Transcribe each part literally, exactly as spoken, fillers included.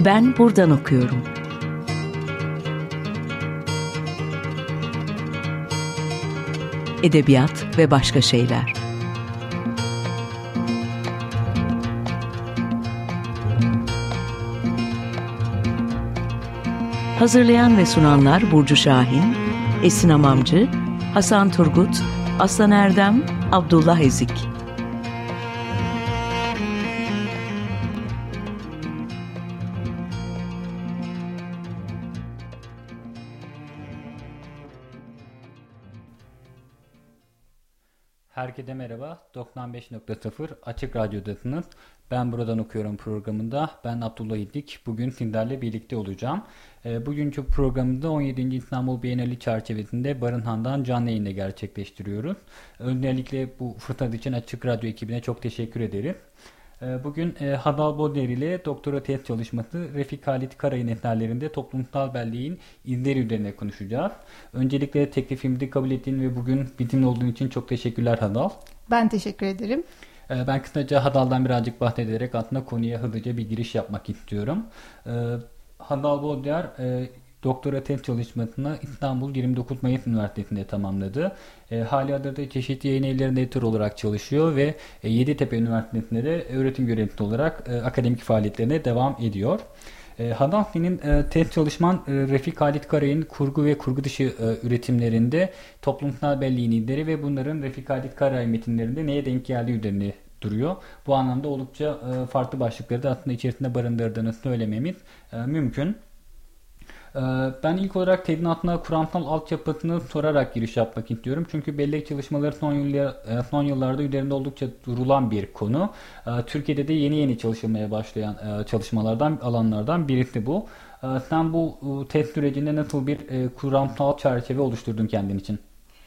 Ben buradan okuyorum. Edebiyat ve başka şeyler. Hazırlayan ve sunanlar Burcu Şahin, Esin Amamcı, Hasan Turgut, Aslan Erdem, Abdullah Ezik. Herkese merhaba. doksan beş nokta sıfır Açık Radyo'dasınız. Ben buradan okuyorum programında. Ben Abdullah İdik. Bugün sizlerle birlikte olacağım. Bugünkü programımızda on yedinci İstanbul Bienali çerçevesinde Barınhan'dan canlı yayında gerçekleştiriyoruz. Öncelikle bu fırsat için Açık Radyo ekibine çok teşekkür ederim. Bugün Hazal Boder ile doktora tez çalışması Refik Halit Karay'ın eserlerinde toplumsal belleğin izleri üzerine konuşacağız. Öncelikle teklifimizi kabul ettiğin ve bugün bizimle olduğun için çok teşekkürler Hazal. Ben teşekkür ederim. Ben kısaca Hazal'dan birazcık bahsederek aslında konuya hızlıca bir giriş yapmak istiyorum. Hazal Boder doktora tez çalışmasını İstanbul yirmi dokuz Mayıs Üniversitesi'nde tamamladı. E, hali hazırda çeşitli yayın evlerinde editör olarak çalışıyor ve e, Yeditepe Üniversitesi'nde de öğretim görevlisi olarak e, akademik faaliyetlerine devam ediyor. E, Hazal, senin e, tez çalışman e, Refik Halit Karay'ın kurgu ve kurgu dışı e, üretimlerinde toplumsal belleğin izleri ve bunların Refik Halit Karay metinlerinde neye denk geldiği üzerine duruyor. Bu anlamda oldukça e, farklı başlıkları da aslında içerisinde barındırdığını söylememiz e, mümkün. Ben ilk olarak tezin altına kuramsal altyapısını sorarak giriş yapmak istiyorum. Çünkü bellek çalışmaları son, yıllar, son yıllarda üzerinde oldukça durulan bir konu. Türkiye'de de yeni yeni çalışılmaya başlayan çalışmalardan, alanlardan birisi bu. Sen bu tez sürecinde nasıl bir kuramsal çerçeve oluşturdun kendin için?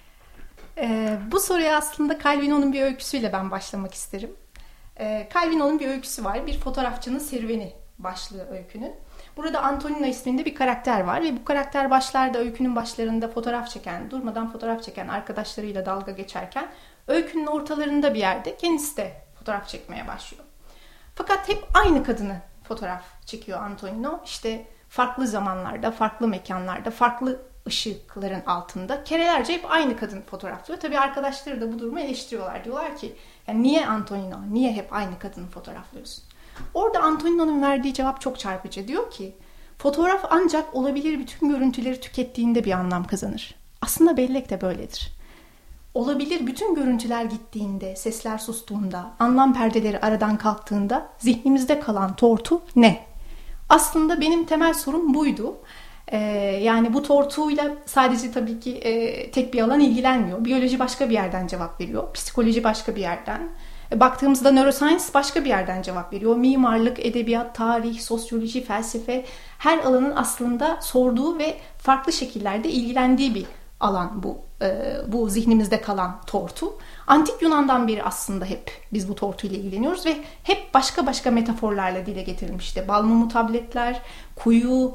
Bu soruya aslında Calvino'nun bir öyküsüyle ben başlamak isterim. Calvino'nun bir öyküsü var. Bir fotoğrafçının serüveni başlığı öykünün. Burada Antonina isminde bir karakter var ve bu karakter başlarda öykünün başlarında fotoğraf çeken, durmadan fotoğraf çeken arkadaşlarıyla dalga geçerken öykünün ortalarında bir yerde kendisi de fotoğraf çekmeye başlıyor. Fakat hep aynı kadını fotoğraf çekiyor Antonino. İşte farklı zamanlarda, farklı mekanlarda, farklı ışıkların altında kerelerce hep aynı kadın fotoğraflıyor. Tabii arkadaşları da bu durumu eleştiriyorlar. Diyorlar ki yani niye Antonino, niye hep aynı kadını fotoğraflıyorsun? Orada Antonino'nun verdiği cevap çok çarpıcı. Diyor ki fotoğraf ancak olabilir bütün görüntüleri tükettiğinde bir anlam kazanır. Aslında bellek de böyledir. Olabilir bütün görüntüler gittiğinde, sesler sustuğunda, anlam perdeleri aradan kalktığında zihnimizde kalan tortu ne? Aslında benim temel sorum buydu. Ee, yani bu tortuyla sadece tabii ki e, tek bir alan ilgilenmiyor. Biyoloji başka bir yerden cevap veriyor. Psikoloji başka bir yerden. Baktığımızda neuroscience başka bir yerden cevap veriyor. Mimarlık, edebiyat, tarih, sosyoloji, felsefe her alanın aslında sorduğu ve farklı şekillerde ilgilendiği bir alan bu. Ee, bu zihnimizde kalan tortu. Antik Yunan'dan beri aslında hep biz bu tortuyla ilgileniyoruz ve hep başka başka metaforlarla dile getirilmiş. İşte bal mumu tabletler, kuyu,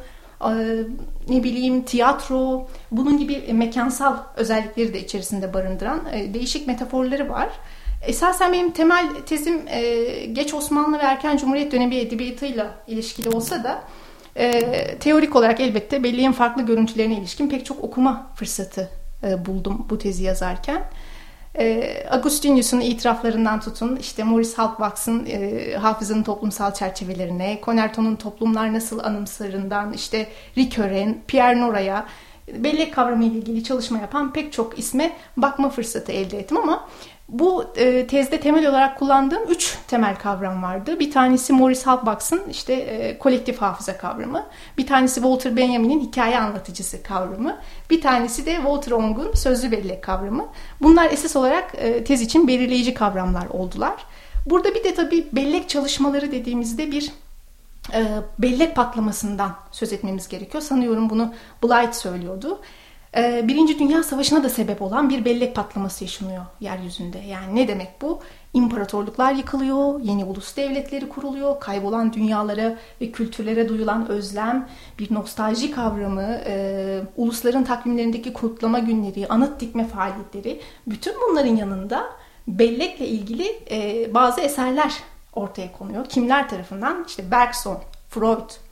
ne bileyim tiyatro, bunun gibi mekansal özellikleri de içerisinde barındıran değişik metaforları var. Esasen benim temel tezim e, geç Osmanlı ve erken Cumhuriyet dönemi edebiyatıyla ilişkili olsa da e, teorik olarak elbette belleğin farklı görüntülerine ilişkin pek çok okuma fırsatı e, buldum bu tezi yazarken. E, Agustinus'un itiraflarından tutun, işte Maurice Halbwachs'ın e, hafızanın toplumsal çerçevelerine, Connerton'un toplumlar nasıl anımsarından, işte Ricoeur'e, Pierre Nora'ya bellek kavramı ile ilgili çalışma yapan pek çok isme bakma fırsatı elde ettim ama bu e, tezde temel olarak kullandığım üç temel kavram vardı. Bir tanesi Maurice Halbwachs'ın işte e, kolektif hafıza kavramı. Bir tanesi Walter Benjamin'in hikaye anlatıcısı kavramı. Bir tanesi de Walter Ong'un sözlü bellek kavramı. Bunlar esas olarak e, tez için belirleyici kavramlar oldular. Burada bir de tabii bellek çalışmaları dediğimizde bir e, bellek patlamasından söz etmemiz gerekiyor. Sanıyorum bunu Blight söylüyordu. Birinci Dünya Savaşı'na da sebep olan bir bellek patlaması yaşanıyor yeryüzünde. Yani ne demek bu? İmparatorluklar yıkılıyor, yeni ulus devletleri kuruluyor, kaybolan dünyalara ve kültürlere duyulan özlem, bir nostalji kavramı, e, ulusların takvimlerindeki kutlama günleri, anıt dikme faaliyetleri, bütün bunların yanında bellekle ilgili e, bazı eserler ortaya konuyor. Kimler tarafından? İşte Bergson, Freud,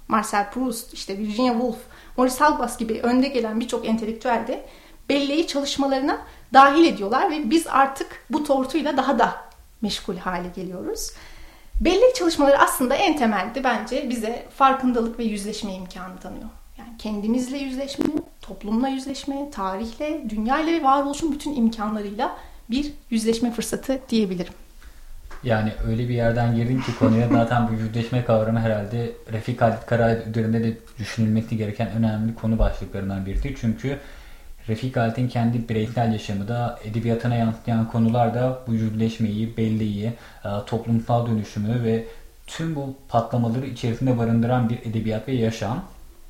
Marcel Proust, işte Virginia Woolf, Maurice Halbas gibi önde gelen birçok entelektüel de belleği çalışmalarına dahil ediyorlar ve biz artık bu tortuyla daha da meşgul hale geliyoruz. Bellek çalışmaları aslında en temelde bence bize farkındalık ve yüzleşme imkanı tanıyor. Yani kendimizle yüzleşme, toplumla yüzleşme, tarihle, dünyayla ve varoluşun bütün imkanlarıyla bir yüzleşme fırsatı diyebilirim. Yani öyle bir yerden girdin ki konuya, zaten bu yüzleşme kavramı herhalde Refik Halit Karay üzerinde de düşünülmesi gereken önemli konu başlıklarından birisi. Çünkü Refik Halit'in kendi bireysel yaşamı da edebiyatına yansıyan konular da bu yüzleşmeyi, belleği, toplumsal dönüşümü ve tüm bu patlamaları içerisinde barındıran bir edebiyat ve yaşam.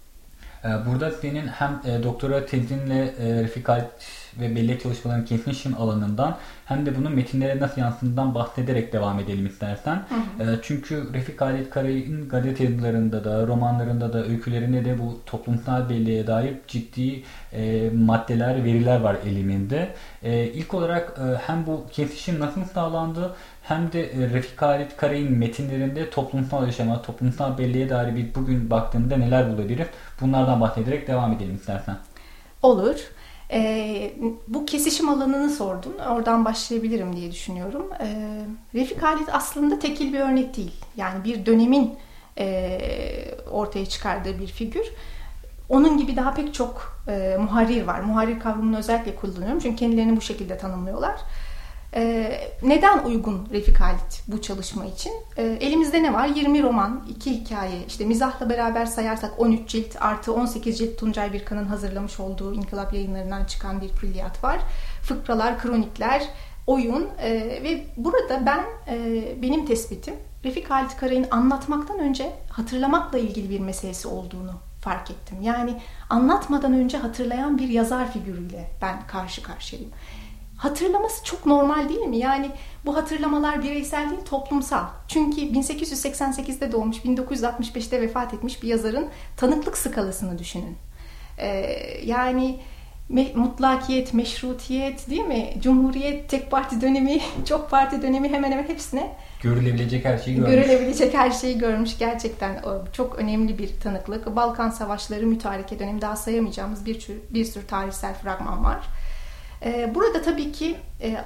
Burada senin hem doktora tezinle Refik Halit ve bellek çalışmalarının kesişim alanından hem de bunun metinlere nasıl yansıdığından bahsederek devam edelim istersen. Hı hı. Çünkü Refik Halit Karay'ın gazete yazılarında da, romanlarında da, öykülerinde de bu toplumsal belleğe dair ciddi e, maddeler, veriler var eliminde. E, ilk olarak e, hem bu kesişim nasıl sağlandı hem de e, Refik Halit Karay'ın metinlerinde toplumsal yaşama, toplumsal belleğe dair bir bugün baktığımda neler bulabiliriz? Bunlardan bahsederek devam edelim istersen. Olur. Ee, bu kesişim alanını sordun. Oradan başlayabilirim diye düşünüyorum. Ee, Refik Halit aslında tekil bir örnek değil. Yani bir dönemin e, ortaya çıkardığı bir figür. Onun gibi daha pek çok e, muharrir var. Muharrir kavramını özellikle kullanıyorum. Çünkü kendilerini bu şekilde tanımlıyorlar. Ee, neden uygun Refik Halit bu çalışma için? Ee, elimizde ne var? yirmi roman, iki hikaye, işte mizahla beraber sayarsak on üç cilt artı on sekiz cilt Tuncay Birkan'ın hazırlamış olduğu İnkılap Yayınları'ndan çıkan bir külliyat var. Fıkralar, kronikler, oyun ee, ve burada ben e, benim tespitim Refik Halit Karay'ın anlatmaktan önce hatırlamakla ilgili bir meselesi olduğunu fark ettim. Yani anlatmadan önce hatırlayan bir yazar figürüyle ben karşı karşıyayım. Hatırlaması çok normal değil mi? Yani bu hatırlamalar bireysel değil, toplumsal. Çünkü bin sekiz yüz seksen sekizde doğmuş, bin dokuz yüz altmış beşte vefat etmiş bir yazarın tanıklık skalasını düşünün. Ee, yani me- mutlakiyet, meşrutiyet, değil mi? Cumhuriyet, tek parti dönemi, çok parti dönemi, hemen hemen hepsine görülebilecek her şeyi görmüş. Görülebilecek her şeyi görmüş. Gerçekten çok önemli bir tanıklık. Balkan Savaşları, mütareke dönemi, daha sayamayacağımız bir tür, bir sürü tarihsel fragman var. Burada tabii ki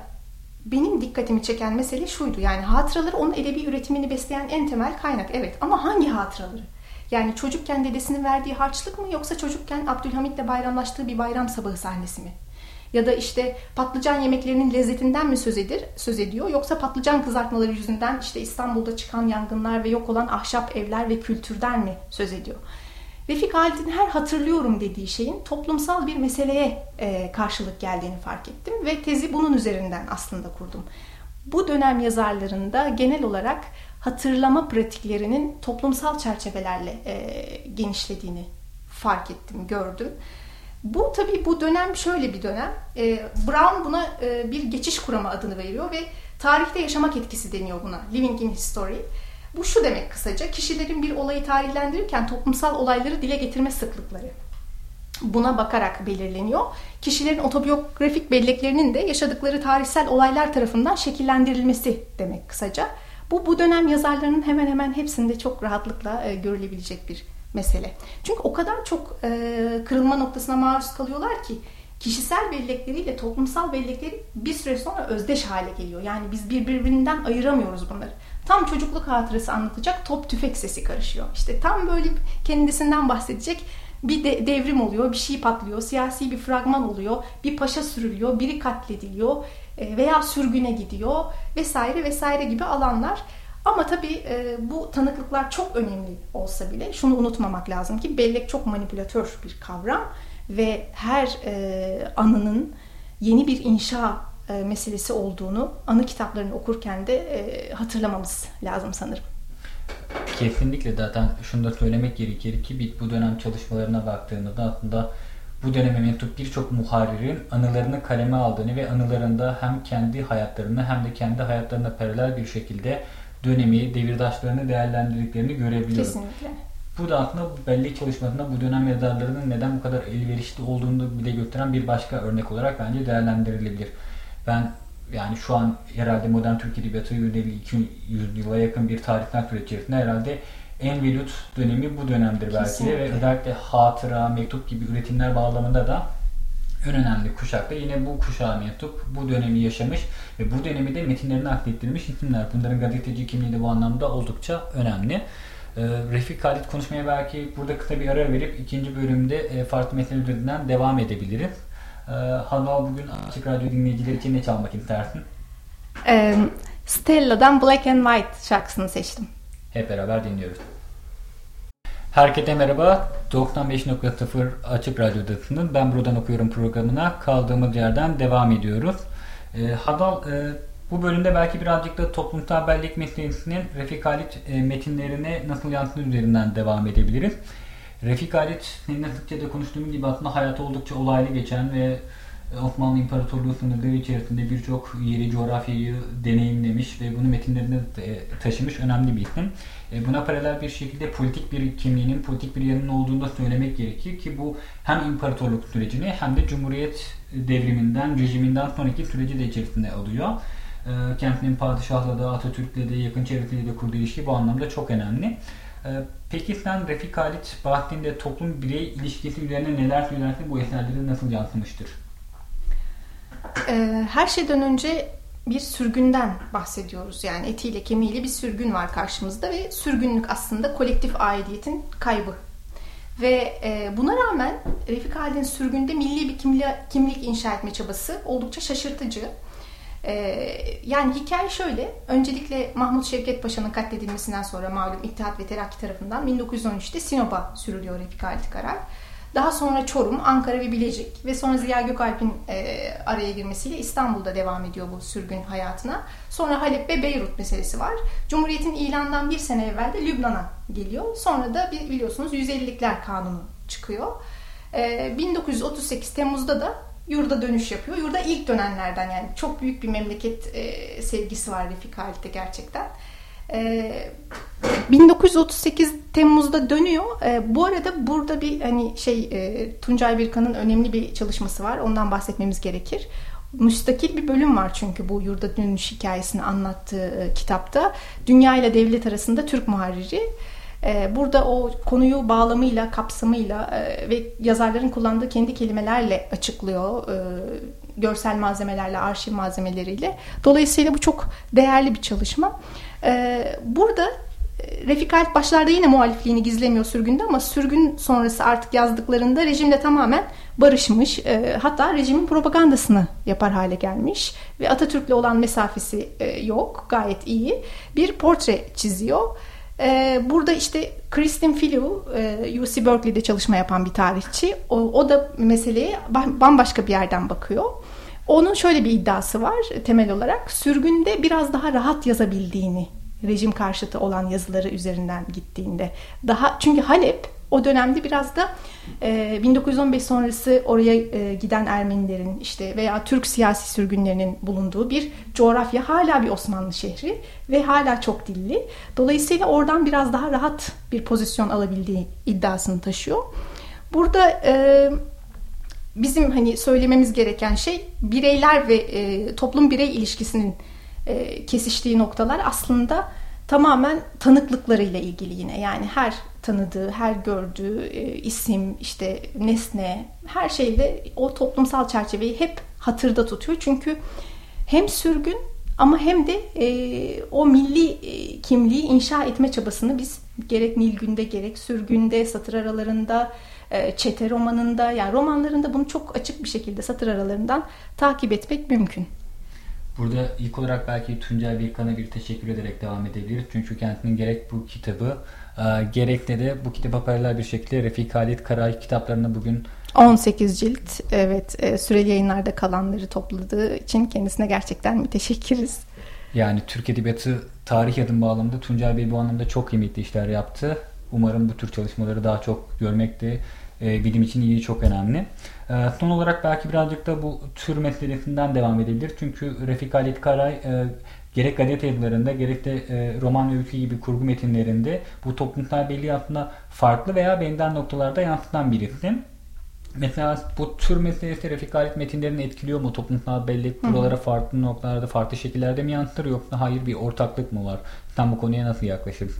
benim dikkatimi çeken mesele şuydu. Yani hatıraları onun edebi üretimini besleyen en temel kaynak. Evet, ama hangi hatıraları? Yani çocukken dedesinin verdiği harçlık mı, yoksa çocukken Abdülhamit'le bayramlaştığı bir bayram sabahı sahnesi mi? Ya da işte patlıcan yemeklerinin lezzetinden mi söz edir, söz ediyor, yoksa patlıcan kızartmaları yüzünden işte İstanbul'da çıkan yangınlar ve yok olan ahşap evler ve kültürden mi söz ediyor? Refik Halit'in her hatırlıyorum dediği şeyin toplumsal bir meseleye e, karşılık geldiğini fark ettim ve tezi bunun üzerinden aslında kurdum. Bu dönem yazarlarında genel olarak hatırlama pratiklerinin toplumsal çerçevelerle e, genişlediğini fark ettim, gördüm. Bu tabii bu dönem şöyle bir dönem. E, Brown buna e, bir geçiş kuramı adını veriyor ve tarihte yaşamak etkisi deniyor buna. Living in History. Bu şu demek kısaca, kişilerin bir olayı tarihlendirirken toplumsal olayları dile getirme sıklıkları. Buna bakarak belirleniyor. Kişilerin otobiyografik belleklerinin de yaşadıkları tarihsel olaylar tarafından şekillendirilmesi demek kısaca. Bu bu dönem yazarlarının hemen hemen hepsinde çok rahatlıkla e, görülebilecek bir mesele. Çünkü o kadar çok e, kırılma noktasına maruz kalıyorlar ki kişisel bellekleriyle toplumsal bellekleri bir süre sonra özdeş hale geliyor. Yani biz birbirinden ayıramıyoruz bunları. Tam çocukluk hatırası anlatacak, top tüfek sesi karışıyor. İşte tam böyle kendisinden bahsedecek bir de, devrim oluyor, bir şey patlıyor, siyasi bir fragman oluyor, bir paşa sürülüyor, biri katlediliyor veya sürgüne gidiyor vesaire vesaire gibi alanlar. Ama tabii bu tanıklıklar çok önemli olsa bile şunu unutmamak lazım ki bellek çok manipülatör bir kavram ve her anının yeni bir inşa meselesi olduğunu anı kitaplarını okurken de hatırlamamız lazım sanırım. Kesinlikle, zaten şunu da söylemek gerekir ki bu dönem çalışmalarına baktığımızda aslında bu döneme mensup birçok muharririn anılarını kaleme aldığını ve anılarında hem kendi hayatlarını hem de kendi hayatlarına paralel bir şekilde dönemi, devirdaşlarını değerlendirdiklerini görebiliyoruz. Kesinlikle. Bu da aslında bellek çalışmasında bu dönem yazarlarının neden bu kadar elverişli olduğunu bile gösteren bir başka örnek olarak bence değerlendirilebilir. Ben yani şu an herhalde modern Türk Edebiyatı yüz elli iki yüz yıla yakın bir tarihten süreç içerisinde herhalde en velut dönemi bu dönemdir belki Kesinlikle. de ve özellikle hatıra, mektup gibi üretimler bağlamında da en önemli kuşakta yine bu kuşağa mensup bu dönemi yaşamış ve bu dönemi de metinlerini aklettirmiş isimler. Bunların gazeteci kimliği de bu anlamda oldukça önemli. Ee, Refik Halit konuşmaya belki burada kısa bir ara verip ikinci bölümde e, farklı metinler üzerinden devam edebiliriz. Ee, Hanal, bugün Açık Radyo dinleyicileri için ne çalmak istersin? Ee, Stella'dan Black and White şarkısını seçtim. Hep beraber dinliyoruz. Herkese merhaba. doksan beş nokta sıfır Açık Radyo'dasınız. Ben buradan okuyorum programına. Kaldığımız yerden devam ediyoruz. Ee, Hadal, e, bu bölümde belki birazcık da toplumsal bellek meselesinin Refik Halit e, metinlerine nasıl yansıdığı üzerinden devam edebiliriz. Refik Halit, seninle sıkça da konuştuğum gibi aslında hayatı oldukça olaylı geçen ve Osmanlı İmparatorluğu sınırları içerisinde birçok yeri, coğrafyayı deneyimlemiş ve bunu metinlerine taşımış önemli bir isim. Buna paralel bir şekilde politik bir kimliğinin, politik bir yanının olduğunu da söylemek gerekir ki bu hem imparatorluk sürecini hem de Cumhuriyet devriminden, rejiminden sonraki süreci de içerisinde alıyor. Kendinin padişahla da, Atatürk'le de, yakın çevresiyle de kurduğu ilişki bu anlamda çok önemli. Peki sen Refik Halit bahsinde toplum birey ilişkisi üzerine neler söylersin, bu eserleri nasıl yansımıştır? Her şeyden önce bir sürgünden bahsediyoruz. Yani etiyle kemiğiyle bir sürgün var karşımızda ve sürgünlük aslında kolektif aidiyetin kaybı. Ve buna rağmen Refik Halit'in sürgünde milli bir kimlik inşa etme çabası oldukça şaşırtıcı. Yani hikaye şöyle, öncelikle Mahmut Şevket Paşa'nın katledilmesinden sonra malum İttihat ve Terakki tarafından bin dokuz yüz on üçte Sinop'a sürülüyor Refik Halit Karay. Daha sonra Çorum, Ankara ve Bilecik ve sonra Ziya Gökalp'in e, araya girmesiyle İstanbul'da devam ediyor bu sürgün hayatına. Sonra Halep ve Beyrut meselesi var. Cumhuriyet'in ilanından bir sene evvel de Lübnan'a geliyor. Sonra da biliyorsunuz yüz ellilikler kanunu çıkıyor. E, bin dokuz yüz otuz sekiz Temmuz'da da yurda dönüş yapıyor. Yurda ilk dönenlerden, yani çok büyük bir memleket e, sevgisi var Refik Halit'te gerçekten. Ee, bin dokuz yüz otuz sekiz Temmuz'da dönüyor. Ee, bu arada burada bir hani şey e, Tuncay Birkan'ın önemli bir çalışması var. Ondan bahsetmemiz gerekir. Müstakil bir bölüm var çünkü bu yurda dönüş hikayesini anlattığı e, kitapta. Dünya ile devlet arasında Türk muharriri. E, burada o konuyu bağlamıyla, kapsamıyla e, ve yazarların kullandığı kendi kelimelerle açıklıyor. E, görsel malzemelerle, arşiv malzemeleriyle. Dolayısıyla bu çok değerli bir çalışma. Burada Refik Halit başlarda yine muhalifliğini gizlemiyor sürgünde ama sürgün sonrası artık yazdıklarında rejimle tamamen barışmış. Hatta rejimin propagandasını yapar hale gelmiş ve Atatürk'le olan mesafesi yok. Gayet iyi. Bir portre çiziyor. Burada işte Kristin Filiu, U C Berkeley'de çalışma yapan bir tarihçi. O, o da meseleye bambaşka bir yerden bakıyor. Onun şöyle bir iddiası var temel olarak. Sürgünde biraz daha rahat yazabildiğini, rejim karşıtı olan yazıları üzerinden gittiğinde. Daha çünkü Halep o dönemde biraz da e, bin dokuz yüz on beş sonrası oraya e, giden Ermenilerin işte veya Türk siyasi sürgünlerinin bulunduğu bir coğrafya, hala bir Osmanlı şehri ve hala çok dilli. Dolayısıyla oradan biraz daha rahat bir pozisyon alabildiği iddiasını taşıyor. Burada e, bizim hani söylememiz gereken şey bireyler ve e, toplum birey ilişkisinin e, kesiştiği noktalar aslında tamamen tanıklıklarıyla ilgili yine. Yani her tanıdığı, her gördüğü e, isim, işte nesne, her şeyle o toplumsal çerçeveyi hep hatırda tutuyor. Çünkü hem sürgün ama hem de e, o milli e, kimliği inşa etme çabasını biz gerek Nilgün'de gerek sürgünde, satır aralarında, Çete romanında, yani romanlarında bunu çok açık bir şekilde satır aralarından takip etmek mümkün. Burada ilk olarak belki Tuncay Birkan'a bir teşekkür ederek devam edebiliriz. Çünkü kendisinin gerek bu kitabı e, gerek de, de bu kitaba paralel bir şekilde Refik Halit Karay kitaplarını bugün on sekiz cilt, evet, e, Süreli Yayınlar'da kalanları topladığı için kendisine gerçekten müteşekkiriz. Yani Türk Edebiyatı tarih adım bağlamında Tuncay Bey bu anlamda çok kıymetli işler yaptı. Umarım bu tür çalışmaları daha çok görmek de e, bilim için iyi, çok önemli. E, son olarak belki birazcık da bu tür meselesinden devam edebilir. Çünkü Refik Halit Karay e, gerek gazete yazılarında gerek de e, roman ve öykü gibi kurgu metinlerinde bu toplumsal belleği aslında farklı veya benzer noktalarda yansıtan bir isim. Mesela bu tür meselesi Refik Halit metinlerini etkiliyor mu? Toplumsal bellek buralara farklı noktalarda, farklı şekillerde mi yansıtır, yoksa hayır bir ortaklık mı var? Sen bu konuya nasıl yaklaşırsın?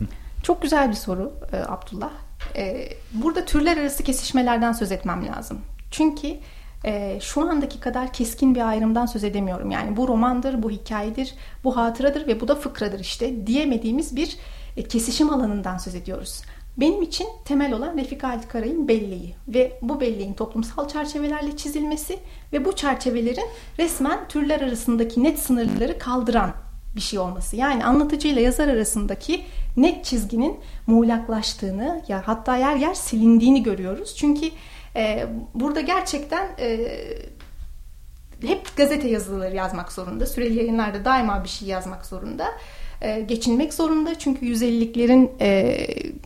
Çok güzel bir soru e, Abdullah. E, burada türler arası kesişmelerden söz etmem lazım. Çünkü e, şu andaki kadar keskin bir ayrımdan söz edemiyorum. Yani bu romandır, bu hikayedir, bu hatıradır ve bu da fıkradır işte diyemediğimiz bir e, kesişim alanından söz ediyoruz. Benim için temel olan Refika Halit Karay'ın belleği ve bu belleğin toplumsal çerçevelerle çizilmesi ve bu çerçevelerin resmen türler arasındaki net sınırları kaldıran bir şey olması. Yani anlatıcıyla yazar arasındaki net çizginin muğlaklaştığını, ya hatta yer yer silindiğini görüyoruz. Çünkü e, burada gerçekten e, hep gazete yazıları yazmak zorunda. Süreli yayınlarda daima bir şey yazmak zorunda. E, geçinmek zorunda. Çünkü yüz elliliklerin e,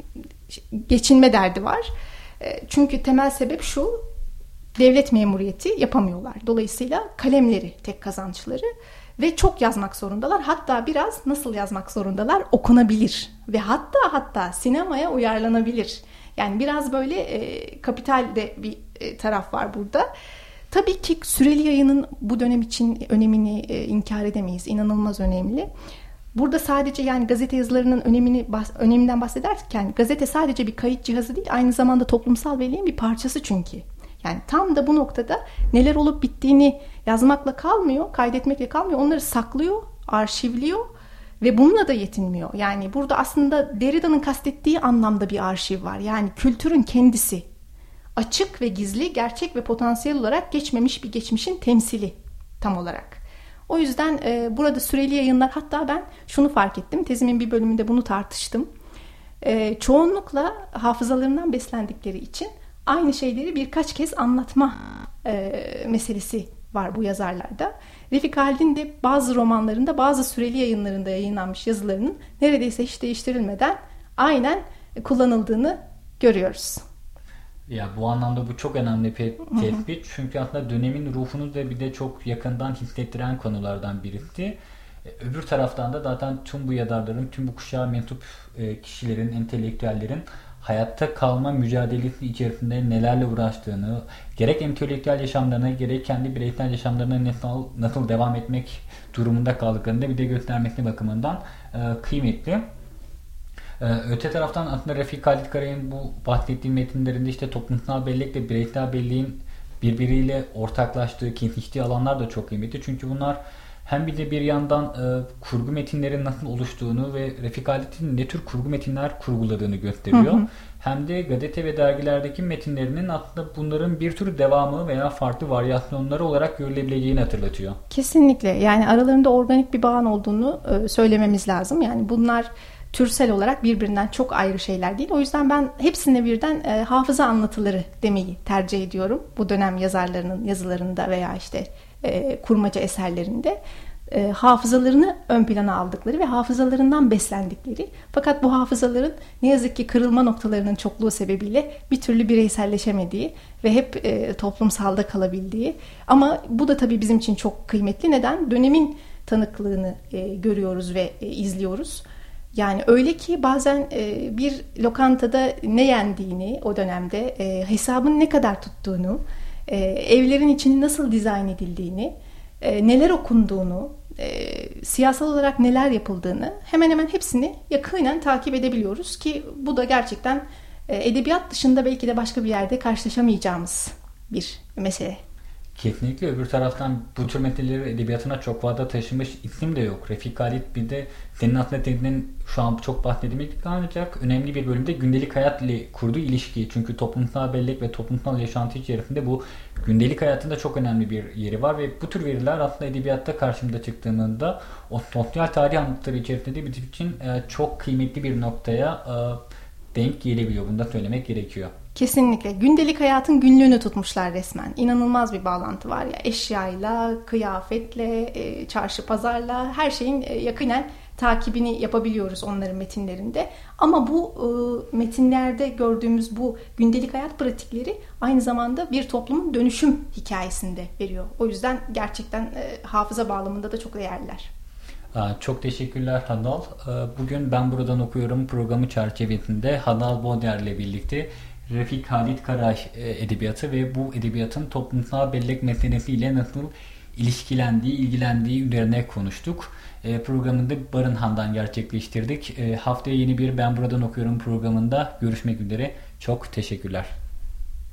geçinme derdi var. E, çünkü temel sebep şu: devlet memuriyeti yapamıyorlar. Dolayısıyla kalemleri tek kazançları. Ve çok yazmak zorundalar. Hatta biraz nasıl yazmak zorundalar? Okunabilir. Ve hatta hatta sinemaya uyarlanabilir. Yani biraz böyle e, kapitalde bir e, taraf var burada. Tabii ki süreli yayının bu dönem için önemini e, inkar edemeyiz. İnanılmaz önemli. Burada sadece yani gazete yazılarının önemini öneminden bahsederken gazete sadece bir kayıt cihazı değil, aynı zamanda toplumsal belleğin bir parçası çünkü. Yani tam da bu noktada neler olup bittiğini yazmakla kalmıyor, kaydetmekle kalmıyor. Onları saklıyor, arşivliyor ve bununla da yetinmiyor. Yani burada aslında Derrida'nın kastettiği anlamda bir arşiv var. Yani kültürün kendisi. Açık ve gizli, gerçek ve potansiyel olarak geçmemiş bir geçmişin temsili tam olarak. O yüzden e, burada süreli yayınlar, hatta ben şunu fark ettim. Tezimin bir bölümünde bunu tartıştım. E, çoğunlukla hafızalarından beslendikleri için aynı şeyleri birkaç kez anlatma e, meselesi var bu yazarlarda. Refika Halid'in de bazı romanlarında, bazı süreli yayınlarında yayınlanmış yazılarının neredeyse hiç değiştirilmeden aynen kullanıldığını görüyoruz. Ya bu anlamda bu çok önemli bir tespit. Çünkü aslında dönemin ruhunu da bir de çok yakından hissettiren konulardan birisi. Öbür taraftan da zaten tüm bu yazarların, tüm bu kuşağa mensup kişilerin, entelektüellerin hayatta kalma mücadelesi içerisinde nelerle uğraştığını, gerek entelektüel yaşamlarına gerek kendi bireysel yaşamlarına nasıl, nasıl devam etmek durumunda kaldıklarını da bir de göstermesi bakımından e, kıymetli. E, öte taraftan aslında Refika Halit Karay'ın bu bahsettiğim metinlerinde işte toplumsal bellekle bireysel belleğin birbiriyle ortaklaştığı, kesiştiği alanlar da çok kıymetli. Çünkü bunlar hem bir de bir yandan e, kurgu metinlerin nasıl oluştuğunu ve Refika Halit'in ne tür kurgu metinler kurguladığını gösteriyor. Hı hı. Hem de gazete ve dergilerdeki metinlerinin aslında bunların bir tür devamı veya farklı varyasyonları olarak görülebileceğini hatırlatıyor. Kesinlikle. Yani aralarında organik bir bağın olduğunu e, söylememiz lazım. Yani bunlar türsel olarak birbirinden çok ayrı şeyler değil. O yüzden ben hepsine birden e, hafıza anlatıları demeyi tercih ediyorum. Bu dönem yazarlarının yazılarında veya işte E, kurmaca eserlerinde e, hafızalarını ön plana aldıkları ve hafızalarından beslendikleri, fakat bu hafızaların ne yazık ki kırılma noktalarının çokluğu sebebiyle bir türlü bireyselleşemediği ve hep e, toplumsalda kalabildiği, ama bu da tabii bizim için çok kıymetli. Neden? Dönemin tanıklığını e, görüyoruz ve e, izliyoruz. Yani öyle ki bazen e, bir lokantada ne yendiğini, o dönemde e, hesabın ne kadar tuttuğunu, Ee, evlerin içinin nasıl dizayn edildiğini, e, neler okunduğunu, e, siyasal olarak neler yapıldığını hemen hemen hepsini yakinen takip edebiliyoruz ki bu da gerçekten e, edebiyat dışında belki de başka bir yerde karşılaşamayacağımız bir mesele. Kesinlikle. Öbür taraftan bu tür metinleri edebiyatına çok fazla taşımış isim de yok. Refika Halit bir de senin aslında tezinin şu an çok bahsedilmek ancak önemli bir bölümde gündelik hayat ile kurduğu ilişki. Çünkü toplumsal bellek ve toplumsal yaşantı içerisinde bu gündelik hayatında çok önemli bir yeri var ve bu tür veriler aslında edebiyatta karşımıza çıktığında o sosyal tarih anlatıları içerisinde bizim için çok kıymetli bir noktaya denk gelebiliyor. Bunu da söylemek gerekiyor. Kesinlikle. Gündelik hayatın günlüğünü tutmuşlar resmen. İnanılmaz bir bağlantı var ya. Eşyayla, kıyafetle, çarşı pazarla, her şeyin yakinen takibini yapabiliyoruz onların metinlerinde. Ama bu e, metinlerde gördüğümüz bu gündelik hayat pratikleri aynı zamanda bir toplumun dönüşüm hikayesinde veriyor. O yüzden gerçekten e, hafıza bağlamında da çok değerliler. Çok teşekkürler Hadal. Bugün Ben Buradan Okuyorum programı çerçevesinde Hadal Boder ile birlikte Refika Halit Karay edebiyatı ve bu edebiyatın toplumsal bellek meselesiyle nasıl ilişkilendiği, ilgilendiği üzerine konuştuk. E, programını da Barınhan'dan gerçekleştirdik. E, haftaya yeni bir Ben Buradan Okuyorum programında görüşmek üzere. Çok teşekkürler.